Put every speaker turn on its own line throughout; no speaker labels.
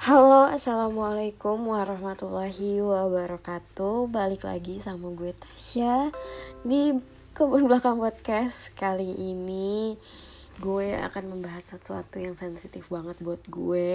Halo, assalamualaikum warahmatullahi wabarakatuh. Balik lagi sama gue Tasya di Kebun Belakang Podcast. Kali ini gue akan membahas sesuatu yang sensitif banget buat gue,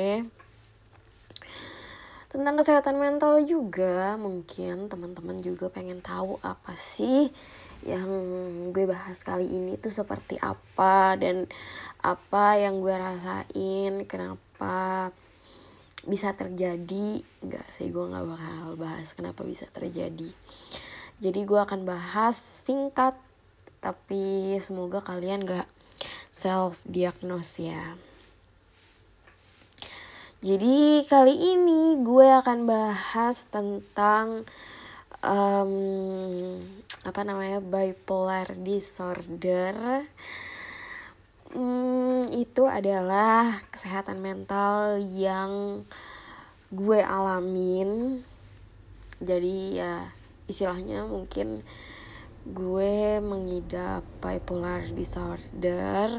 tentang kesehatan mental juga. Mungkin teman-teman juga pengen tahu apa sih yang gue bahas kali ini tuh seperti apa, dan apa yang gue rasain, kenapa bisa terjadi. Enggak sih, gue gak bakal bahas kenapa bisa terjadi. Jadi gue akan bahas singkat, tapi semoga kalian gak self-diagnose ya. Jadi kali ini gue akan bahas tentang bipolar disorder. Itu adalah kesehatan mental yang gue alamin. Jadi ya istilahnya mungkin gue mengidap bipolar disorder.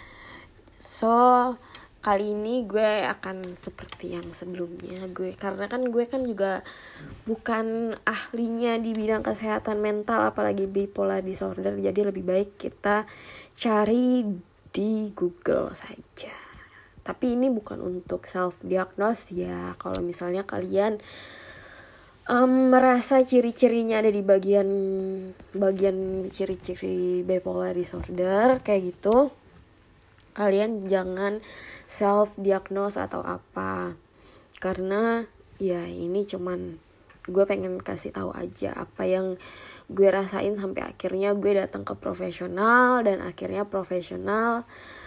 So kali ini gue akan seperti yang sebelumnya, karena gue kan juga bukan ahlinya di bidang kesehatan mental, apalagi bipolar disorder. Jadi lebih baik kita cari di Google saja. Tapi ini bukan untuk self-diagnose ya. Kalau misalnya kalian merasa ciri-cirinya ada di bagian ciri-ciri bipolar disorder kayak gitu, kalian jangan self-diagnose atau apa. Karena ya ini cuman gue pengen kasih tahu aja apa yang gue rasain sampai akhirnya gue datang ke profesional, dan akhirnya profesional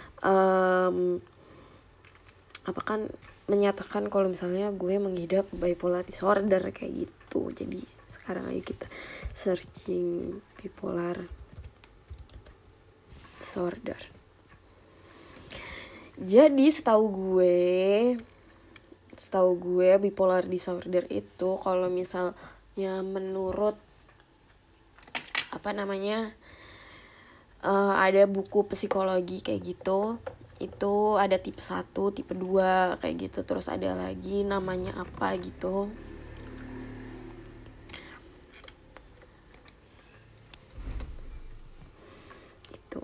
menyatakan kalau misalnya gue mengidap bipolar disorder kayak gitu. Jadi sekarang ayo kita searching bipolar disorder. Jadi setahu gue bipolar disorder itu kalau misalnya menurut ada buku psikologi kayak gitu, itu ada tipe 1, tipe 2 kayak gitu. Terus ada lagi namanya apa gitu. Itu.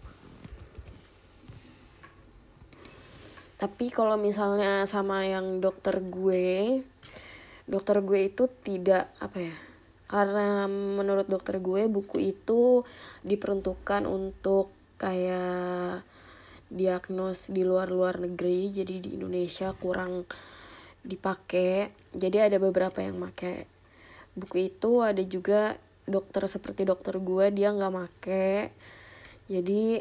Tapi kalau misalnya sama yang dokter gue itu tidak karena menurut dokter gue buku itu diperuntukkan untuk kayak diagnos di luar negeri, jadi di Indonesia kurang dipakai. Jadi ada beberapa yang pakai buku itu, ada juga dokter seperti dokter gue dia nggak make. Jadi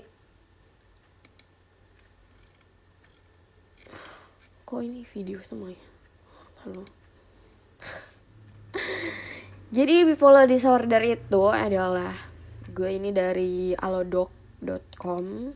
kok ini video semuanya? Halo. Jadi bipolar disorder itu adalah, gue ini dari alodoc.com,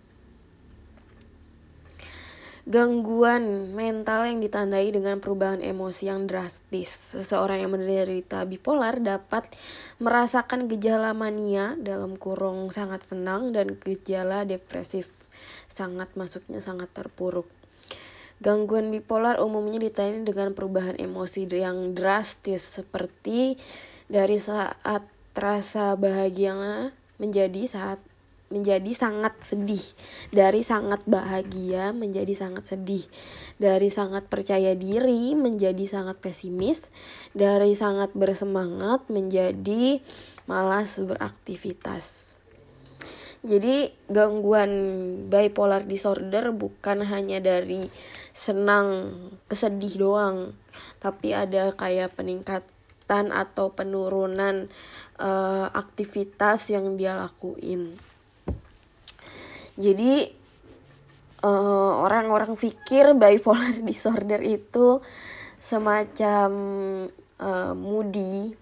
gangguan mental yang ditandai dengan perubahan emosi yang drastis. Seseorang yang menderita bipolar dapat merasakan gejala mania (sangat senang) dan gejala depresif sangat terpuruk. Gangguan bipolar umumnya ditandai dengan perubahan emosi yang drastis, seperti dari saat rasa bahagia menjadi sangat sedih, dari sangat bahagia menjadi sangat sedih, dari sangat percaya diri menjadi sangat pesimis, dari sangat bersemangat menjadi malas beraktivitas. Jadi gangguan bipolar disorder bukan hanya dari senang ke sedih doang, tapi ada kayak peningkatan atau penurunan aktivitas yang dia lakuin. Jadi orang-orang pikir bipolar disorder itu semacam moody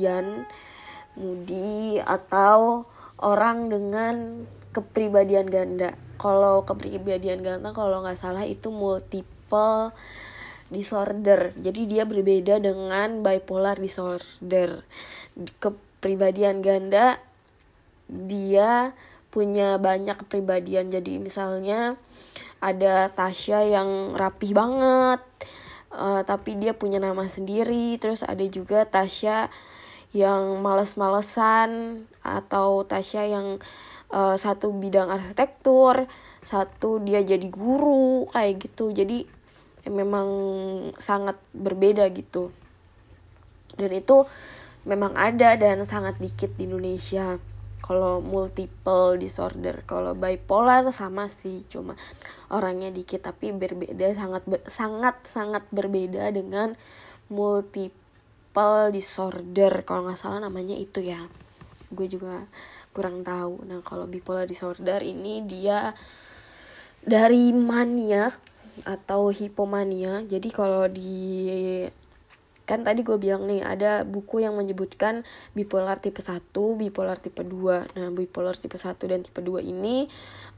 atau orang dengan kepribadian ganda. Kalau kepribadian ganda kalau nggak salah itu multiple disorder. Jadi dia berbeda dengan bipolar disorder. Kepribadian ganda dia punya banyak kepribadian. Jadi misalnya ada Tasya yang rapih banget, tapi dia punya nama sendiri. Terus ada juga Tasya yang males-malesan, atau Tasya yang satu bidang arsitektur, satu dia jadi guru kayak gitu. Jadi memang sangat berbeda gitu, dan itu memang ada dan sangat dikit di Indonesia. Kalau multiple disorder, kalau bipolar sama sih, cuma orangnya dikit, tapi berbeda, sangat berbeda dengan multiple disorder. Kalau nggak salah namanya itu ya, gue juga kurang tahu. Nah kalau bipolar disorder ini dia dari mania atau hipomania. Jadi kalau kan tadi gue bilang nih, ada buku yang menyebutkan bipolar tipe 1, bipolar tipe 2. Nah, bipolar tipe 1 dan tipe 2 ini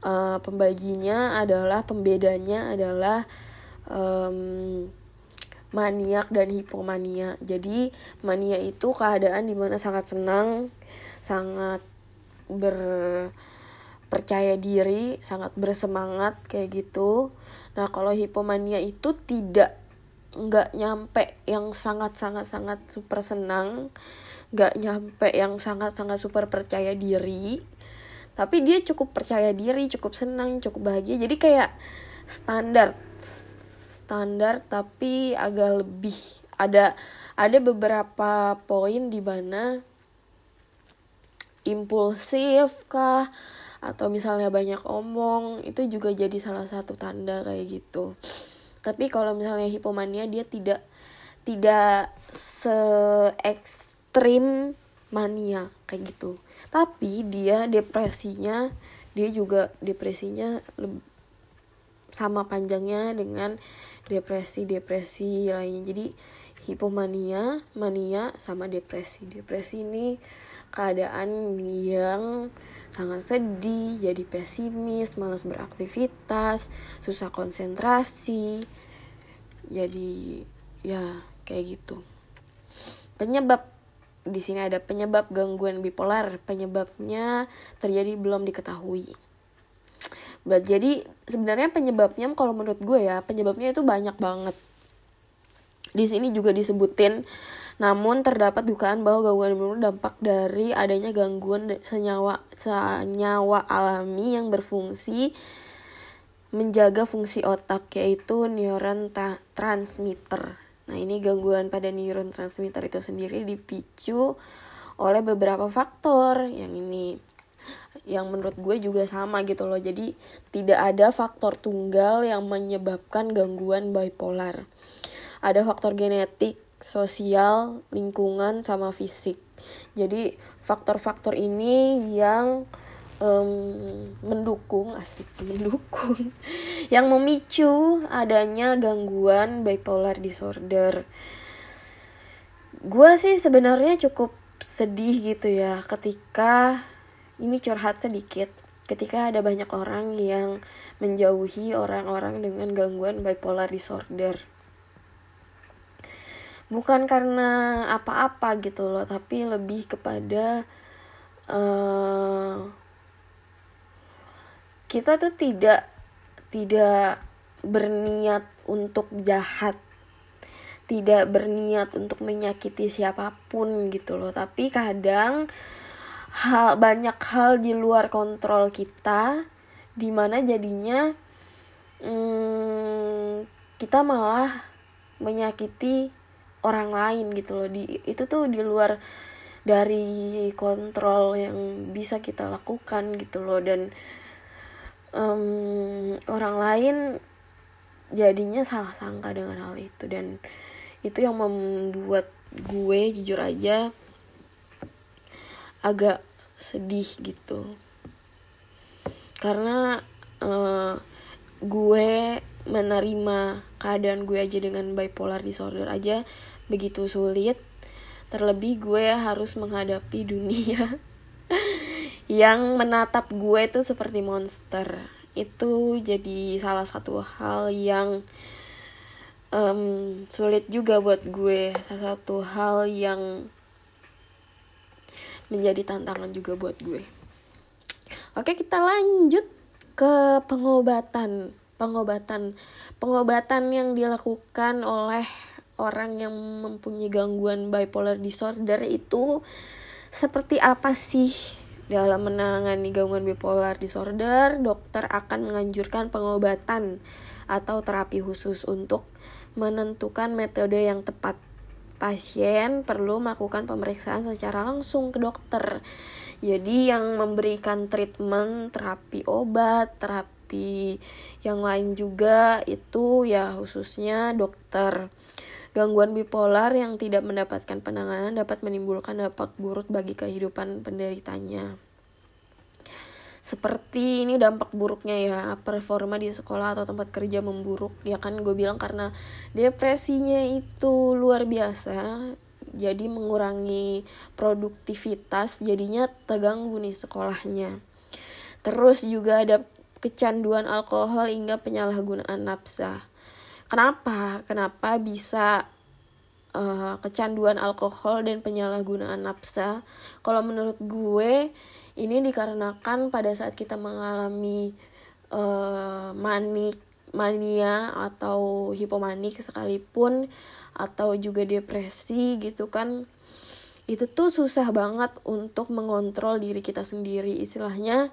pembedanya adalah maniak dan hipomania. Jadi, mania itu keadaan dimana sangat senang, sangat percaya diri, sangat bersemangat kayak gitu. Nah, kalau hipomania itu nggak nyampe yang sangat super senang, nggak nyampe yang sangat super percaya diri, tapi dia cukup percaya diri, cukup senang, cukup bahagia. Jadi kayak standar tapi agak lebih. Ada beberapa poin di mana impulsif kah, atau misalnya banyak omong, itu juga jadi salah satu tanda kayak gitu. Tapi kalau misalnya hipomania, dia tidak se-ekstrim mania kayak gitu. Tapi dia depresinya sama panjangnya dengan depresi lainnya. Jadi hipomania, mania, sama depresi. Depresi ini keadaan yang sangat sedih, jadi pesimis, malas beraktivitas, susah konsentrasi. Jadi ya kayak gitu. Penyebab di sini ada penyebab gangguan bipolar. Penyebabnya terjadi belum diketahui. Jadi sebenarnya penyebabnya, kalau menurut gue ya, penyebabnya itu banyak banget. Di sini juga disebutin, namun terdapat dugaan bahwa gangguan bipolar dampak dari adanya gangguan senyawa alami yang berfungsi menjaga fungsi otak, yaitu neuron transmitter. Nah, ini gangguan pada neuron transmitter itu sendiri dipicu oleh beberapa faktor. Yang menurut gue juga sama gitu loh. Jadi tidak ada faktor tunggal yang menyebabkan gangguan bipolar. Ada faktor genetik, sosial, lingkungan, sama fisik. Jadi faktor-faktor ini yang mendukung yang memicu adanya gangguan bipolar disorder. Gue sih sebenarnya cukup sedih gitu ya, ketika ini curhat sedikit, ketika ada banyak orang yang menjauhi orang-orang dengan gangguan bipolar disorder. Bukan karena apa-apa gitu loh, tapi lebih kepada kita tuh tidak berniat untuk jahat, tidak berniat untuk menyakiti siapapun gitu loh. Tapi kadang banyak hal di luar kontrol kita, dimana jadinya kita malah menyakiti orang lain gitu loh. Itu tuh di luar dari kontrol yang bisa kita lakukan gitu loh. Dan orang lain jadinya salah sangka dengan hal itu, dan itu yang membuat gue jujur aja agak sedih gitu. Karena gue menerima keadaan gue aja dengan bipolar disorder aja begitu sulit, terlebih gue harus menghadapi dunia yang menatap gue tuh seperti monster. Itu jadi salah satu hal yang sulit juga buat gue, salah satu hal yang menjadi tantangan juga buat gue. Oke, kita lanjut ke pengobatan. pengobatan yang dilakukan oleh orang yang mempunyai gangguan bipolar disorder itu seperti apa sih. Dalam menangani gangguan bipolar disorder, dokter akan menganjurkan pengobatan atau terapi khusus untuk menentukan metode yang tepat. Pasien perlu melakukan pemeriksaan secara langsung ke dokter. Jadi yang memberikan treatment, terapi obat, terapi yang lain juga itu ya khususnya dokter. Gangguan bipolar yang tidak mendapatkan penanganan dapat menimbulkan dampak buruk bagi kehidupan penderitanya. Seperti ini dampak buruknya ya, performa di sekolah atau tempat kerja memburuk. Ya kan gue bilang karena depresinya itu luar biasa, jadi mengurangi produktivitas, jadinya terganggu nih sekolahnya. Terus juga ada kecanduan alkohol hingga penyalahgunaan nafsa. Kenapa bisa kecanduan alkohol dan penyalahgunaan nafsa? Kalau menurut gue ini dikarenakan pada saat kita mengalami mania atau hipomanik sekalipun, atau juga depresi gitu kan, itu tuh susah banget untuk mengontrol diri kita sendiri. Istilahnya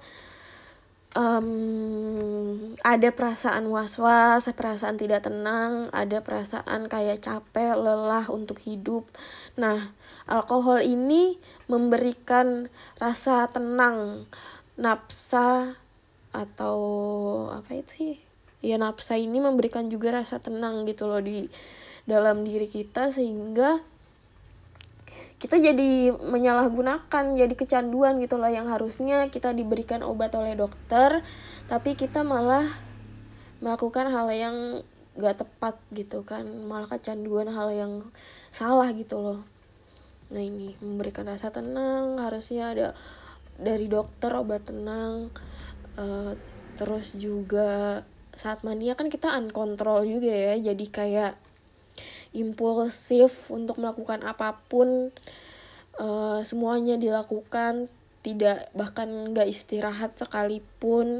ada perasaan was-was, perasaan tidak tenang, ada perasaan kayak capek, lelah untuk hidup. Nah, alkohol ini memberikan rasa tenang, nafsa atau apa itu sih? Ya nafsa ini memberikan juga rasa tenang gitu loh di dalam diri kita, sehingga kita jadi menyalahgunakan, jadi kecanduan gitu loh, yang harusnya kita diberikan obat oleh dokter, tapi kita malah melakukan hal yang gak tepat gitu kan, malah kecanduan hal yang salah gitu loh. Nah ini memberikan rasa tenang, harusnya ada dari dokter obat tenang. Terus juga saat mania kan kita uncontrol juga ya, jadi kayak impulsif untuk melakukan apapun, semuanya dilakukan, tidak bahkan gak istirahat sekalipun.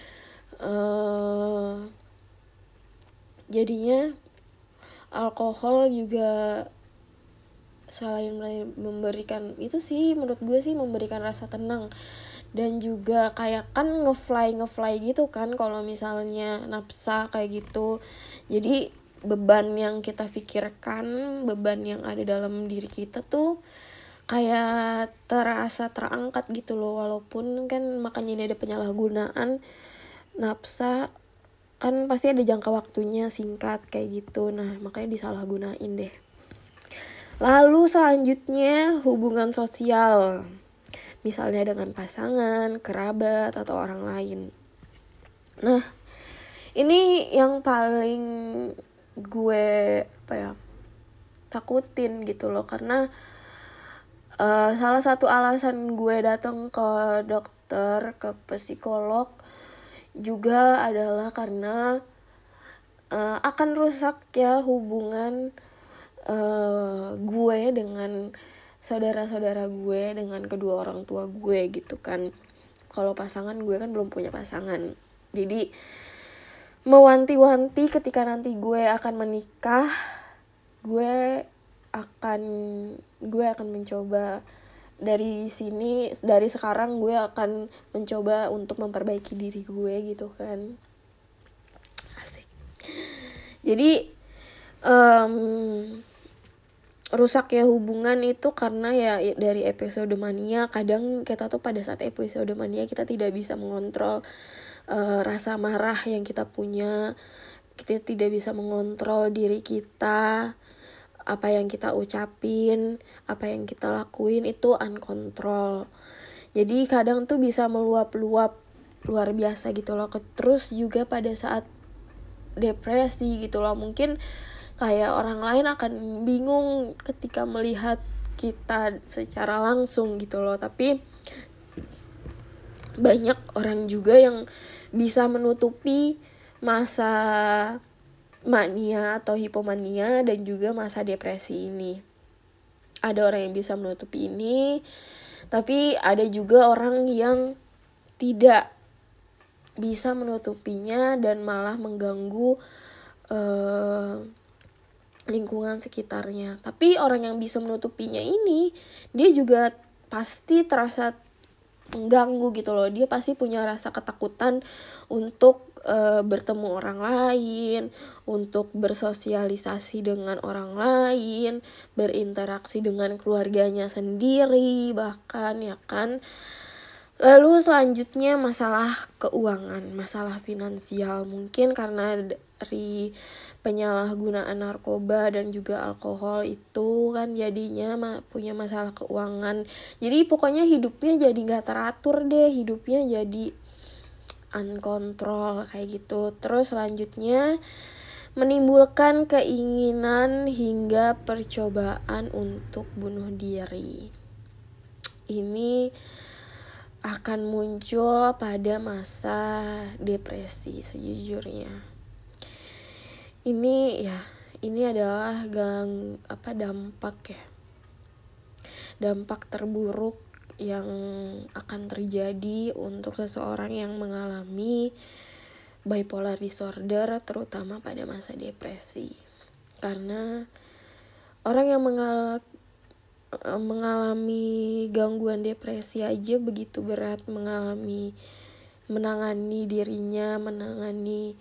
Jadinya alkohol juga selain memberikan itu sih, menurut gue sih memberikan rasa tenang, dan juga kayak kan ngefly gitu kan kalau misalnya nafsa kayak gitu. Jadi beban yang kita pikirkan, beban yang ada dalam diri kita tuh kayak terasa terangkat gitu loh. Walaupun kan makanya ini ada penyalahgunaan nafsa, kan pasti ada jangka waktunya singkat kayak gitu. Nah makanya disalahgunain deh. Lalu selanjutnya hubungan sosial, misalnya dengan pasangan, kerabat, atau orang lain. Nah ini yang paling gue takutin gitu loh, karena salah satu alasan gue datang ke dokter, ke psikolog juga adalah karena akan rusak ya hubungan gue dengan saudara-saudara gue, dengan kedua orang tua gue gitu kan. Kalau pasangan gue kan belum punya pasangan, jadi mewanti-wanti ketika nanti gue akan menikah, gue akan mencoba dari sekarang gue akan mencoba untuk memperbaiki diri gue gitu kan. Asik. Jadi rusak ya hubungan itu karena ya dari episode mania. Kadang kita tuh pada saat episode mania kita tidak bisa mengontrol rasa marah yang kita punya, kita tidak bisa mengontrol diri kita, apa yang kita ucapin, apa yang kita lakuin itu uncontrol. Jadi kadang tuh bisa meluap-luap luar biasa gitu loh. Terus juga pada saat depresi gitu loh, mungkin kayak orang lain akan bingung ketika melihat kita secara langsung gitu loh, tapi banyak orang juga yang bisa menutupi masa mania atau hipomania dan juga masa depresi ini. Ada orang yang bisa menutupi ini, tapi ada juga orang yang tidak bisa menutupinya dan malah mengganggu lingkungan sekitarnya. Tapi orang yang bisa menutupinya ini, dia juga pasti terasa mengganggu gitu loh. Dia pasti punya rasa ketakutan untuk bertemu orang lain, untuk bersosialisasi dengan orang lain, berinteraksi dengan keluarganya sendiri bahkan, ya kan. Lalu selanjutnya masalah keuangan, masalah finansial. Mungkin karena dari penyalahgunaan narkoba dan juga alkohol itu kan jadinya punya masalah keuangan. Jadi pokoknya hidupnya jadi gak teratur deh, hidupnya jadi unkontrol kayak gitu. Terus selanjutnya menimbulkan keinginan hingga percobaan untuk bunuh diri. Ini akan muncul pada masa depresi sejujurnya. Ini adalah dampak terburuk yang akan terjadi untuk seseorang yang mengalami bipolar disorder, terutama pada masa depresi. Karena orang yang mengalami gangguan depresi aja begitu berat, menangani dirinya, menangani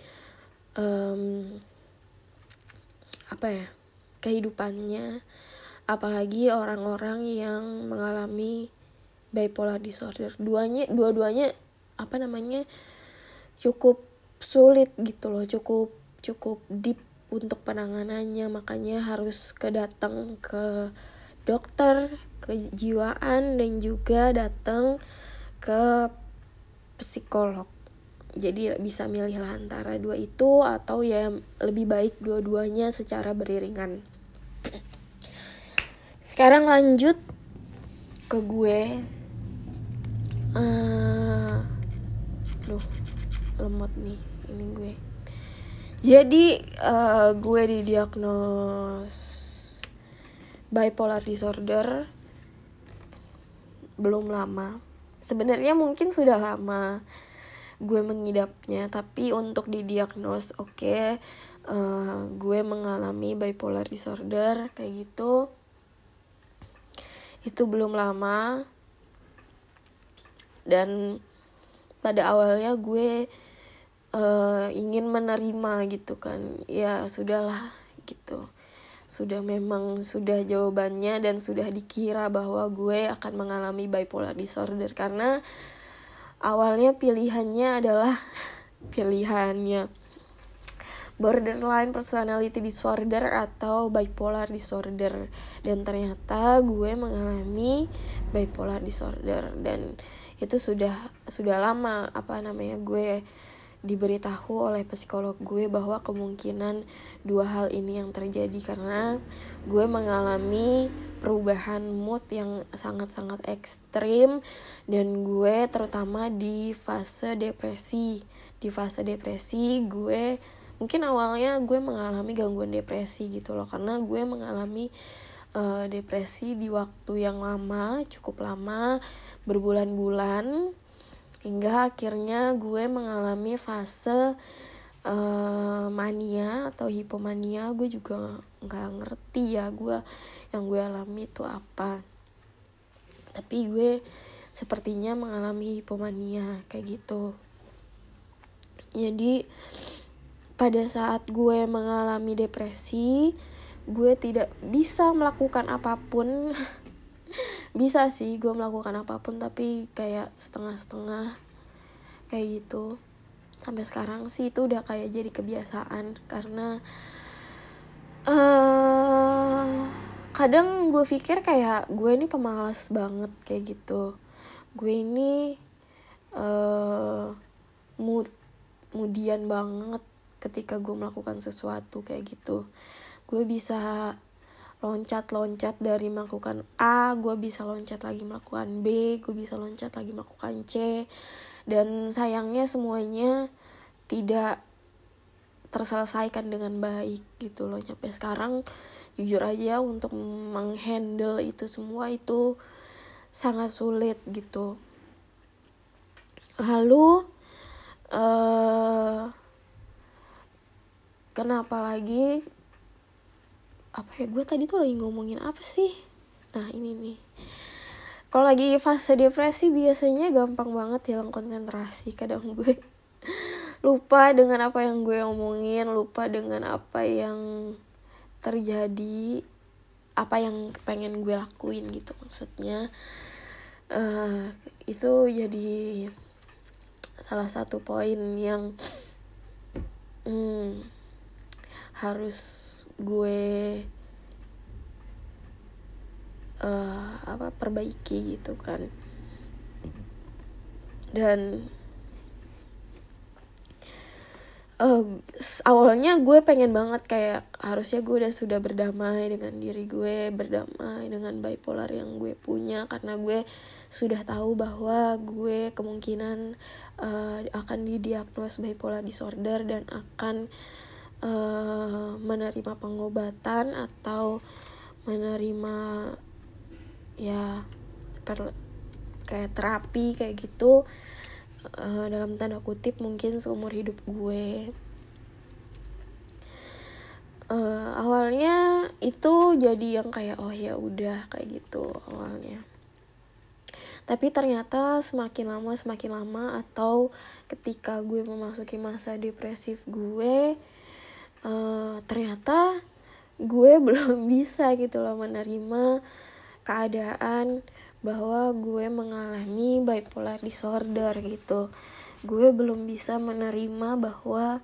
kehidupannya, apalagi orang-orang yang mengalami bipolar disorder. Dua-duanya cukup sulit gitu loh, cukup deep untuk penanganannya. Makanya harus datang ke dokter kejiwaan dan juga datang ke psikolog. Jadi bisa milih lah antara dua itu, atau ya lebih baik dua-duanya secara beriringan. Sekarang lanjut ke gue. Lemot nih ini gue. Jadi gue didiagnos bipolar disorder belum lama. Sebenarnya mungkin sudah lama gue mengidapnya, tapi untuk didiagnos gue mengalami bipolar disorder kayak gitu, itu belum lama. Dan pada awalnya gue ingin menerima gitu kan, ya sudahlah gitu, sudah jawabannya dan sudah dikira bahwa gue akan mengalami bipolar disorder, karena awalnya pilihannya borderline personality disorder atau bipolar disorder, dan ternyata gue mengalami bipolar disorder. Dan itu sudah lama gue diberitahu oleh psikolog gue bahwa kemungkinan dua hal ini yang terjadi, karena gue mengalami perubahan mood yang sangat-sangat ekstrim, dan gue terutama di fase depresi gue mungkin awalnya gue mengalami gangguan depresi gitu loh, karena gue mengalami depresi di waktu yang cukup lama, berbulan-bulan, hingga akhirnya gue mengalami fase mania atau hipomania. Gue juga nggak ngerti ya yang gue alami itu apa, tapi gue sepertinya mengalami hipomania kayak gitu. Jadi pada saat gue mengalami depresi, gue tidak bisa melakukan apapun. Bisa sih gue melakukan apapun, tapi kayak setengah-setengah kayak gitu. Sampai sekarang sih itu udah kayak jadi kebiasaan, karena kadang gue pikir kayak gue ini pemalas banget kayak gitu. Gue ini mudian banget ketika gue melakukan sesuatu kayak gitu. Gue bisa loncat-loncat dari melakukan A, gue bisa loncat lagi melakukan B, gue bisa loncat lagi melakukan C. Dan sayangnya semuanya tidak terselesaikan dengan baik gitu loh. Sampai sekarang jujur aja untuk menghandle itu semua itu sangat sulit gitu. Lalu Kenapa lagi gue tadi tuh lagi ngomongin apa sih? Nah ini nih, kalau lagi fase depresi biasanya gampang banget hilang konsentrasi. Kadang gue lupa dengan apa yang gue omongin, lupa dengan apa yang terjadi, apa yang pengen gue lakuin gitu maksudnya. Itu jadi salah satu poin yang harus gue perbaiki gitu kan. Dan awalnya gue pengen banget kayak harusnya gue sudah berdamai dengan diri gue, berdamai dengan bipolar yang gue punya, karena gue sudah tahu bahwa gue kemungkinan akan didiagnos bipolar disorder dan akan menerima pengobatan atau menerima kayak terapi kayak gitu, dalam tanda kutip mungkin seumur hidup gue. Awalnya itu jadi yang kayak ya udah kayak gitu awalnya, tapi ternyata semakin lama atau ketika gue memasuki masa depresif gue, ternyata gue belum bisa gitu loh menerima keadaan bahwa gue mengalami bipolar disorder gitu. Gue belum bisa menerima bahwa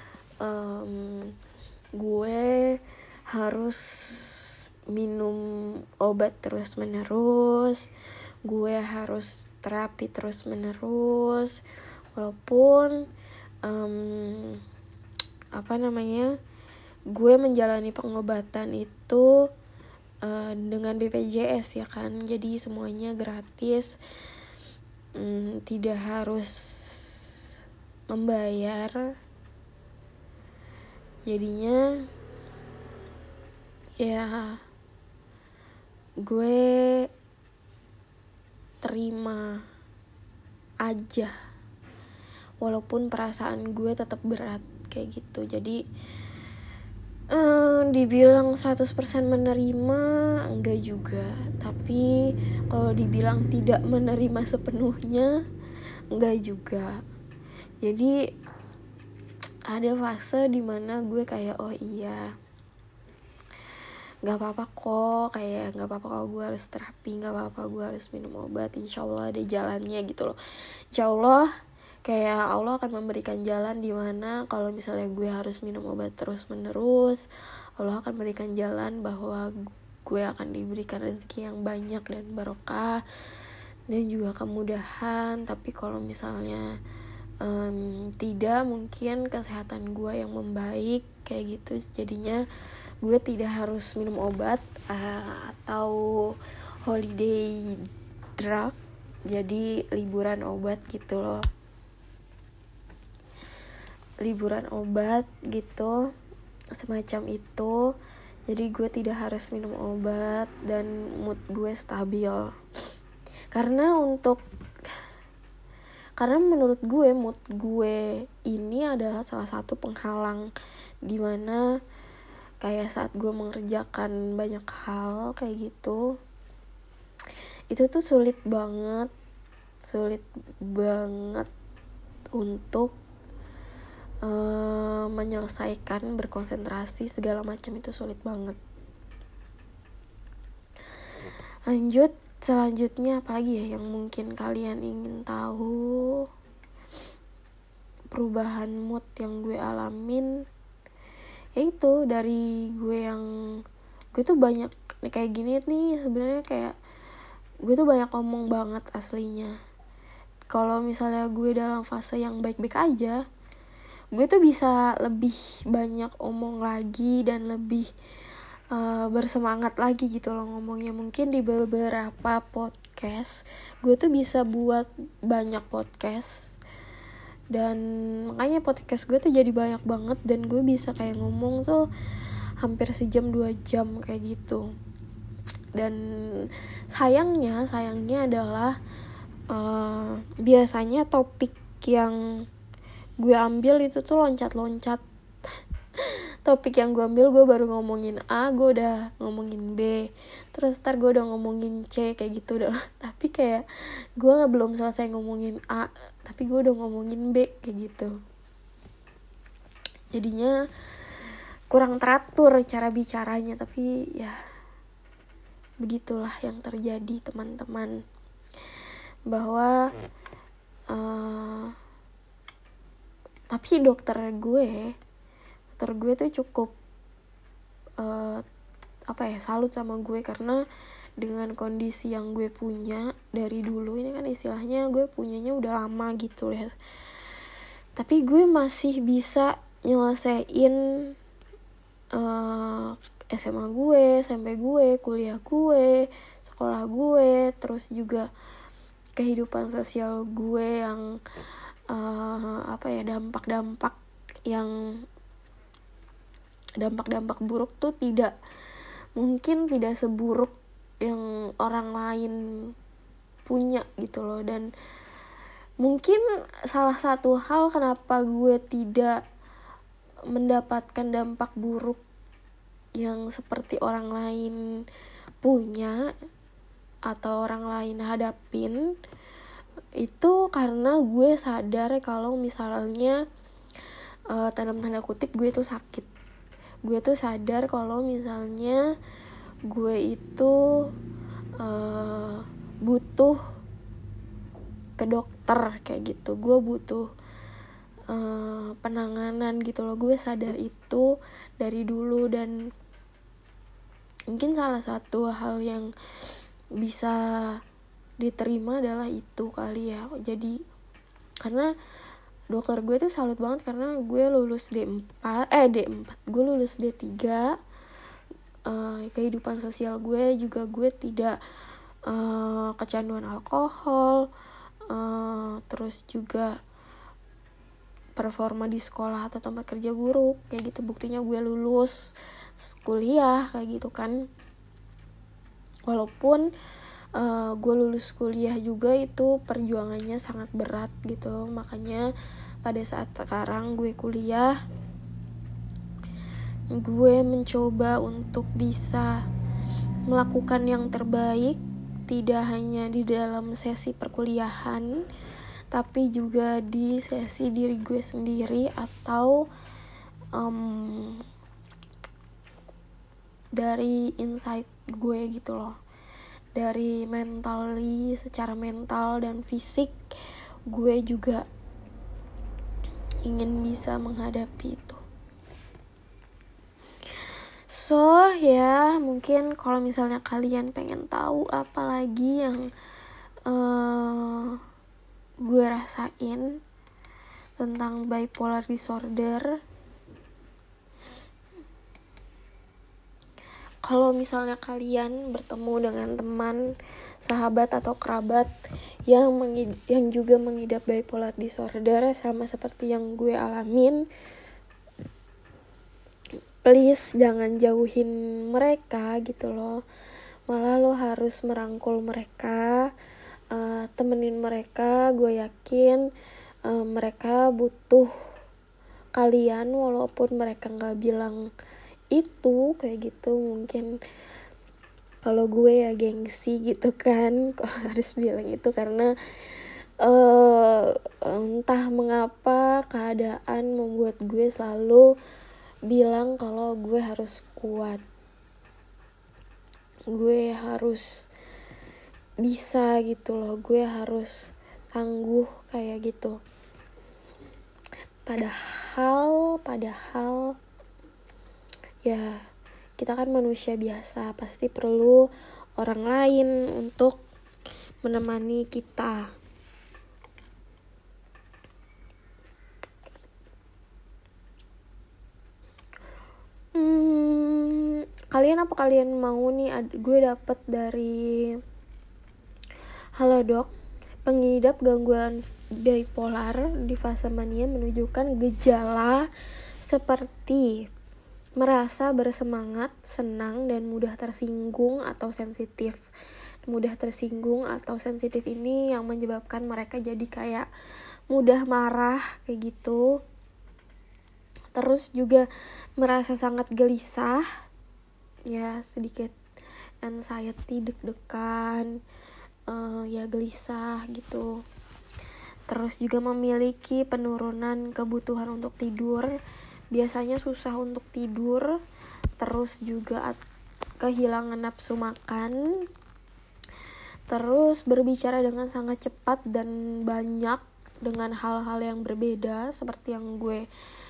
gue harus minum obat terus menerus, gue harus terapi terus menerus, walaupun gue menjalani pengobatan itu dengan BPJS ya kan, jadi semuanya gratis, tidak harus membayar. Jadinya ya gue terima aja, walaupun perasaan gue tetap berat kayak gitu. Jadi dibilang 100% menerima enggak juga, tapi kalau dibilang tidak menerima sepenuhnya enggak juga. Jadi ada fase dimana gue kayak iya, nggak apa-apa kok, kayak nggak apa-apa kalau gue harus terapi, nggak apa-apa gue harus minum obat, insya Allah ada jalannya gitu loh. Insya Allah kayak Allah akan memberikan jalan di mana kalau misalnya gue harus minum obat terus menerus, Allah akan memberikan jalan bahwa gue akan diberikan rezeki yang banyak dan barokah dan juga kemudahan. Tapi kalau misalnya tidak, mungkin kesehatan gue yang membaik kayak gitu, jadinya gue tidak harus minum obat atau holiday drug, jadi liburan obat gitu loh, liburan obat gitu semacam itu. Jadi gue tidak harus minum obat dan mood gue stabil, karena menurut gue mood gue ini adalah salah satu penghalang dimana kayak saat gue mengerjakan banyak hal kayak gitu, itu tuh sulit banget untuk menyelesaikan, berkonsentrasi segala macam itu sulit banget. Selanjutnya apalagi ya yang mungkin kalian ingin tahu? Perubahan mood yang gue alamin yaitu dari gue tuh banyak kayak gini nih sebenarnya, kayak gue tuh banyak ngomong banget aslinya. Kalau misalnya gue dalam fase yang baik-baik aja, gue tuh bisa lebih banyak omong lagi dan lebih bersemangat lagi gitu loh ngomongnya. Mungkin di beberapa podcast gue tuh bisa buat banyak podcast, dan makanya podcast gue tuh jadi banyak banget dan gue bisa kayak ngomong tuh hampir sejam 2 jam kayak gitu. Dan sayangnya adalah biasanya topik yang gue ambil itu tuh loncat-loncat. Topik yang gue ambil, gue baru ngomongin A, gue udah ngomongin B, terus ntar gue udah ngomongin C, kayak gitu udah. Tapi kayak gue belum selesai ngomongin A, tapi gue udah ngomongin B, kayak gitu. Jadinya kurang teratur cara bicaranya, tapi ya begitulah yang terjadi, teman-teman. Bahwa tapi dokter gue tuh cukup salut sama gue, karena dengan kondisi yang gue punya dari dulu, ini kan istilahnya gue punyanya udah lama gitu ya, tapi gue masih bisa nyelesain SMA gue, SMP gue, kuliah gue, sekolah gue, terus juga kehidupan sosial gue yang dampak-dampak buruk tuh tidak seburuk yang orang lain punya gitu loh. Dan mungkin salah satu hal kenapa gue tidak mendapatkan dampak buruk yang seperti orang lain punya atau orang lain hadapin, itu karena gue sadar kalau misalnya dalam tanda kutip gue itu sakit. Gue tuh sadar kalau misalnya gue itu butuh ke dokter kayak gitu, gue butuh penanganan gitu loh. Gue sadar itu dari dulu, dan mungkin salah satu hal yang bisa diterima adalah itu kali ya. Jadi karena dokter gue tuh salut banget, karena gue lulus D4, gue lulus D3. Kehidupan sosial gue juga, gue tidak kecanduan alkohol, terus juga performa di sekolah atau tempat kerja buruk kayak gitu. Buktinya gue lulus kuliah kayak gitu kan. Walaupun gue lulus kuliah juga itu perjuangannya sangat berat gitu. Makanya pada saat sekarang gue kuliah, gue mencoba untuk bisa melakukan yang terbaik, tidak hanya di dalam sesi perkuliahan, tapi juga di sesi diri gue sendiri atau dari insight gue gitu loh. Dari secara mental dan fisik, gue juga ingin bisa menghadapi itu. So ya, mungkin kalau misalnya kalian pengen tahu apa lagi yang gue rasain tentang bipolar disorder, kalau misalnya kalian bertemu dengan teman, sahabat atau kerabat yang juga mengidap bipolar disorder sama seperti yang gue alamin, please jangan jauhin mereka gitu loh. Malah lo harus merangkul mereka, temenin mereka. Gue yakin mereka butuh kalian, walaupun mereka gak bilang itu kayak gitu. Mungkin kalau gue ya gengsi gitu kan kalau harus bilang itu, karena entah mengapa keadaan membuat gue selalu bilang kalau gue harus kuat, gue harus bisa gitu loh, gue harus tangguh kayak gitu. Padahal ya kita kan manusia biasa, pasti perlu orang lain untuk menemani kita. Apa kalian mau nih, gue dapet dari Halodoc, pengidap gangguan bipolar di fase mania menunjukkan gejala seperti merasa bersemangat, senang, dan mudah tersinggung atau sensitif. Mudah tersinggung atau sensitif ini yang menyebabkan mereka jadi kayak mudah marah kayak gitu. Terus juga merasa sangat gelisah, ya sedikit anxiety, deg-degan, ya gelisah gitu. Terus juga memiliki penurunan kebutuhan untuk tidur, biasanya susah untuk tidur. Terus juga kehilangan nafsu makan. Terus berbicara dengan sangat cepat dan banyak dengan hal-hal yang berbeda seperti yang gue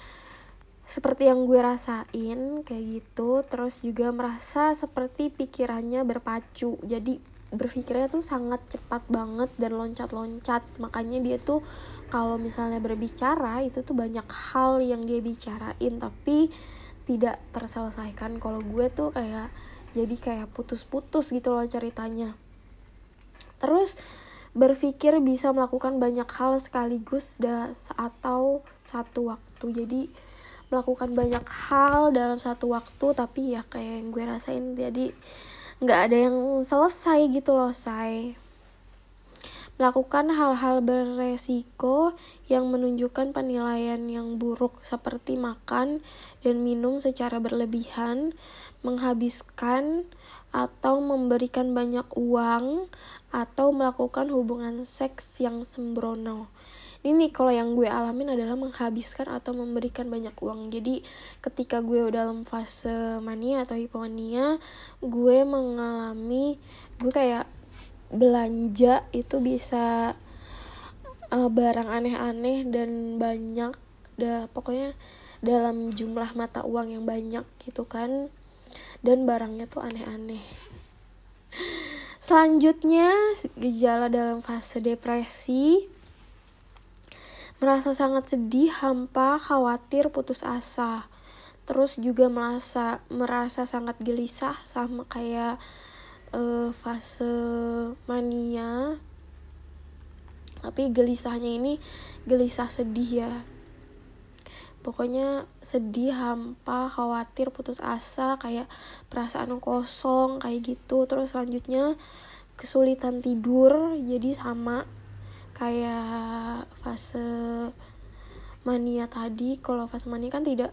rasain kayak gitu. Terus juga merasa seperti pikirannya berpacu, jadi berpikirnya tuh sangat cepat banget dan loncat-loncat. Makanya dia tuh kalau misalnya berbicara itu tuh banyak hal yang dia bicarain tapi tidak terselesaikan. Kalau gue tuh kayak putus-putus gitu loh ceritanya. Terus berpikir bisa melakukan banyak hal sekaligus atau satu waktu. Jadi melakukan banyak hal dalam satu waktu, tapi ya kayak yang gue rasain, jadi nggak ada yang selesai gitu loh, say. Melakukan hal-hal beresiko yang menunjukkan penilaian yang buruk seperti makan dan minum secara berlebihan, menghabiskan atau memberikan banyak uang, atau melakukan hubungan seks yang sembrono. Ini kalau yang gue alamin adalah menghabiskan atau memberikan banyak uang. Jadi ketika gue dalam fase mania atau hipomania, gue kayak belanja itu bisa barang aneh-aneh dan banyak, pokoknya dalam jumlah mata uang yang banyak gitu kan, dan barangnya tuh aneh-aneh. Selanjutnya, gejala dalam fase depresi: merasa sangat sedih, hampa, khawatir, putus asa. Terus juga merasa sangat gelisah, sama kayak fase mania. Tapi gelisahnya ini gelisah sedih ya. Pokoknya sedih, hampa, khawatir, putus asa, kayak perasaan kosong kayak gitu. Terus selanjutnya kesulitan tidur, jadi sama kayak fase mania tadi. Kalau fase mania kan tidak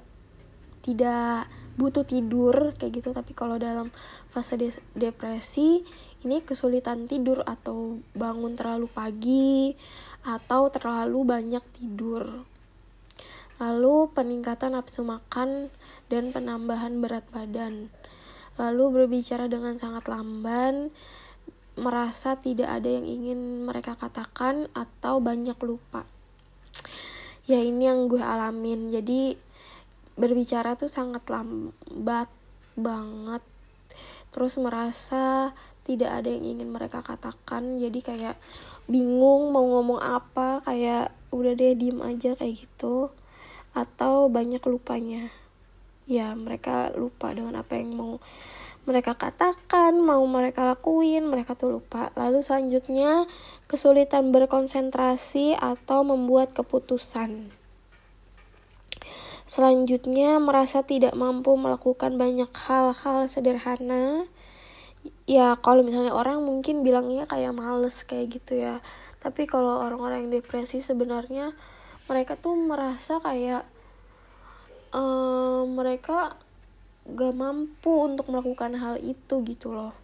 butuh tidur kayak gitu, tapi kalau dalam fase depresi ini kesulitan tidur atau bangun terlalu pagi atau terlalu banyak tidur. Lalu peningkatan nafsu makan dan penambahan berat badan. Lalu berbicara dengan sangat lamban, merasa tidak ada yang ingin mereka katakan, atau banyak lupa. Ya ini yang gue alamin. Jadi berbicara tuh sangat lambat banget. Terus merasa tidak ada yang ingin mereka katakan. Jadi kayak bingung mau ngomong apa, kayak udah deh diem aja kayak gitu. Atau banyak lupanya. Ya mereka lupa dengan apa yang mau mereka katakan, mau mereka lakuin, mereka tuh lupa. Lalu selanjutnya kesulitan berkonsentrasi atau membuat keputusan. Selanjutnya merasa tidak mampu melakukan banyak hal-hal sederhana. Ya kalau misalnya orang mungkin bilangnya kayak males kayak gitu ya. Tapi kalau orang-orang yang depresi sebenarnya mereka tuh merasa kayak mereka gak mampu untuk melakukan hal itu gitu loh.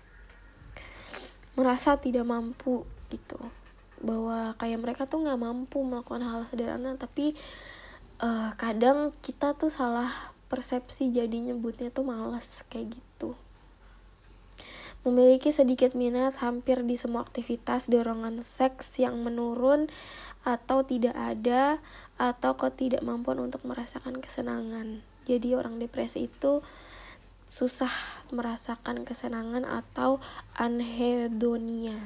Merasa tidak mampu gitu. Bahwa kayak mereka tuh gak mampu melakukan hal sederhana. Tapi kadang kita tuh salah persepsi, jadi nyebutnya tuh malas kayak gitu. Memiliki sedikit minat hampir di semua aktivitas, dorongan seks yang menurun atau tidak ada, atau ketidakmampuan untuk merasakan kesenangan. Jadi orang depresi itu susah merasakan kesenangan atau anhedonia.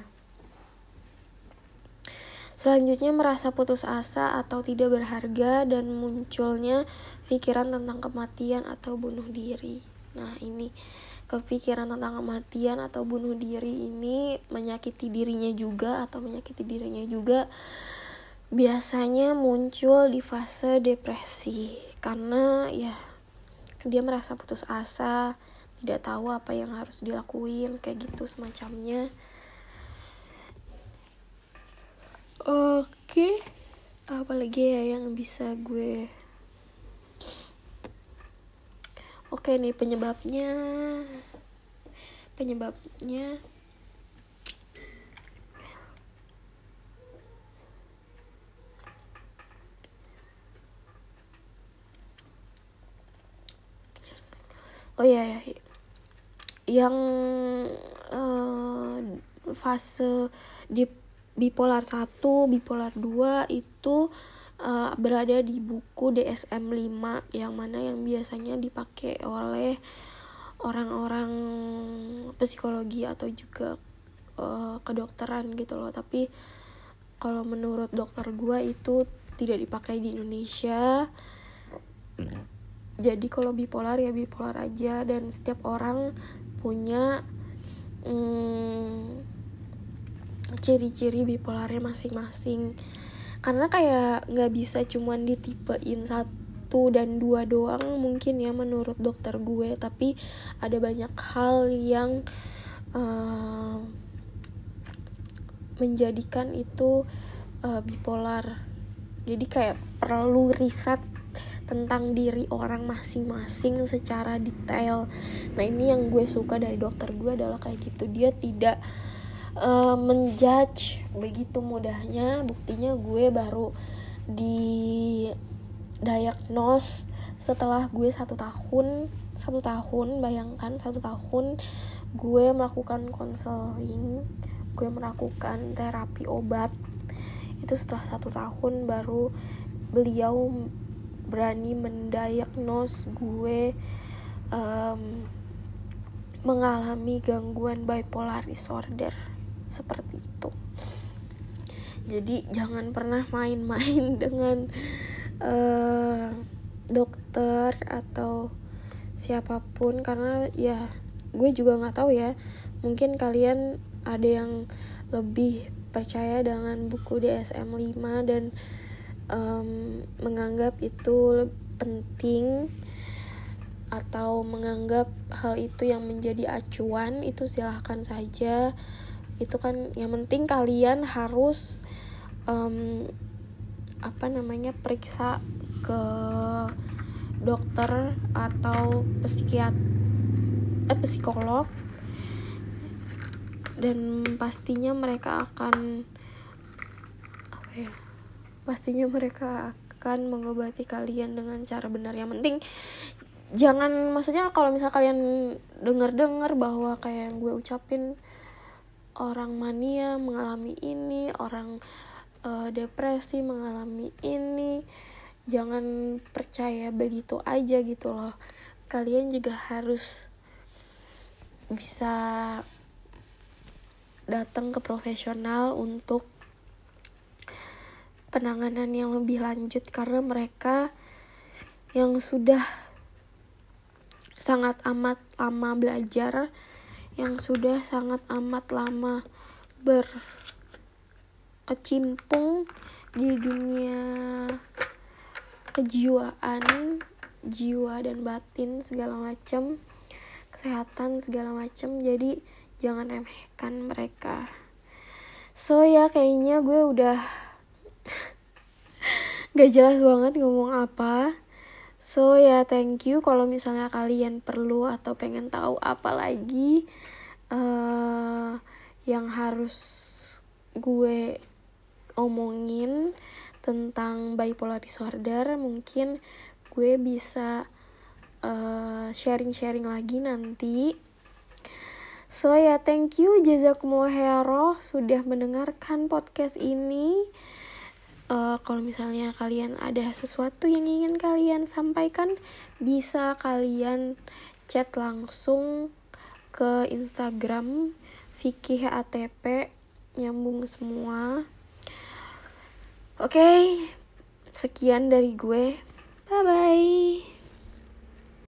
Selanjutnya merasa putus asa atau tidak berharga, dan munculnya pikiran tentang kematian atau bunuh diri. Nah ini kepikiran tentang kematian atau bunuh diri ini menyakiti dirinya juga biasanya muncul di fase depresi, karena ya dia merasa putus asa, tidak tahu apa yang harus dilakuin kayak gitu semacamnya. Oke. Apalagi ya yang bisa gue. Oke nih penyebabnya oh ya, yang fase di bipolar 1, bipolar 2 itu berada di buku DSM-5 yang mana yang biasanya dipakai oleh orang-orang psikologi atau juga kedokteran gitu loh. Tapi kalau menurut dokter gue itu tidak dipakai di Indonesia. Jadi kalau bipolar ya bipolar aja, dan setiap orang punya ciri-ciri bipolarnya masing-masing. Karena kayak nggak bisa cuman ditipein 1 dan 2 doang mungkin ya menurut dokter gue, tapi ada banyak hal yang menjadikan itu bipolar. Jadi kayak perlu riset tentang diri orang masing-masing secara detail. Nah ini yang gue suka dari dokter gue adalah kayak gitu, dia tidak menjudge begitu mudahnya. Buktinya gue baru didiagnose setelah gue 1 tahun, bayangkan 1 tahun gue melakukan konseling, gue melakukan terapi obat. Itu setelah 1 tahun baru beliau berani mendiagnos gue mengalami gangguan bipolar disorder seperti itu. Jadi jangan pernah main-main dengan dokter atau siapapun, karena ya gue juga nggak tahu ya, mungkin kalian ada yang lebih percaya dengan buku DSM-5 dan menganggap itu penting atau menganggap hal itu yang menjadi acuan. Itu silahkan saja, itu kan yang penting kalian harus periksa ke dokter atau psikolog, dan pastinya mereka akan mengobati kalian dengan cara benar. Yang penting jangan, maksudnya kalau misalnya kalian dengar bahwa kayak yang gue ucapin, orang mania mengalami ini, orang depresi mengalami ini, jangan percaya begitu aja gitu loh. Kalian juga harus bisa datang ke profesional untuk penanganan yang lebih lanjut, karena mereka yang sudah sangat amat lama belajar, yang sudah sangat amat lama berkecimpung di dunia kejiwaan, jiwa dan batin segala macam, kesehatan segala macam. Jadi jangan remehkan mereka. So ya, kayaknya gue udah gak jelas banget ngomong apa. So ya, thank you. Kalau misalnya kalian perlu atau pengen tahu apa lagi yang harus gue omongin tentang bipolar disorder, mungkin gue bisa sharing-sharing lagi nanti. So ya, thank you, jazakumullah khairan sudah mendengarkan podcast ini. Kalau misalnya kalian ada sesuatu yang ingin kalian sampaikan, bisa kalian chat langsung ke Instagram Vicky HATP, nyambung semua. Oke, sekian dari gue. Bye bye.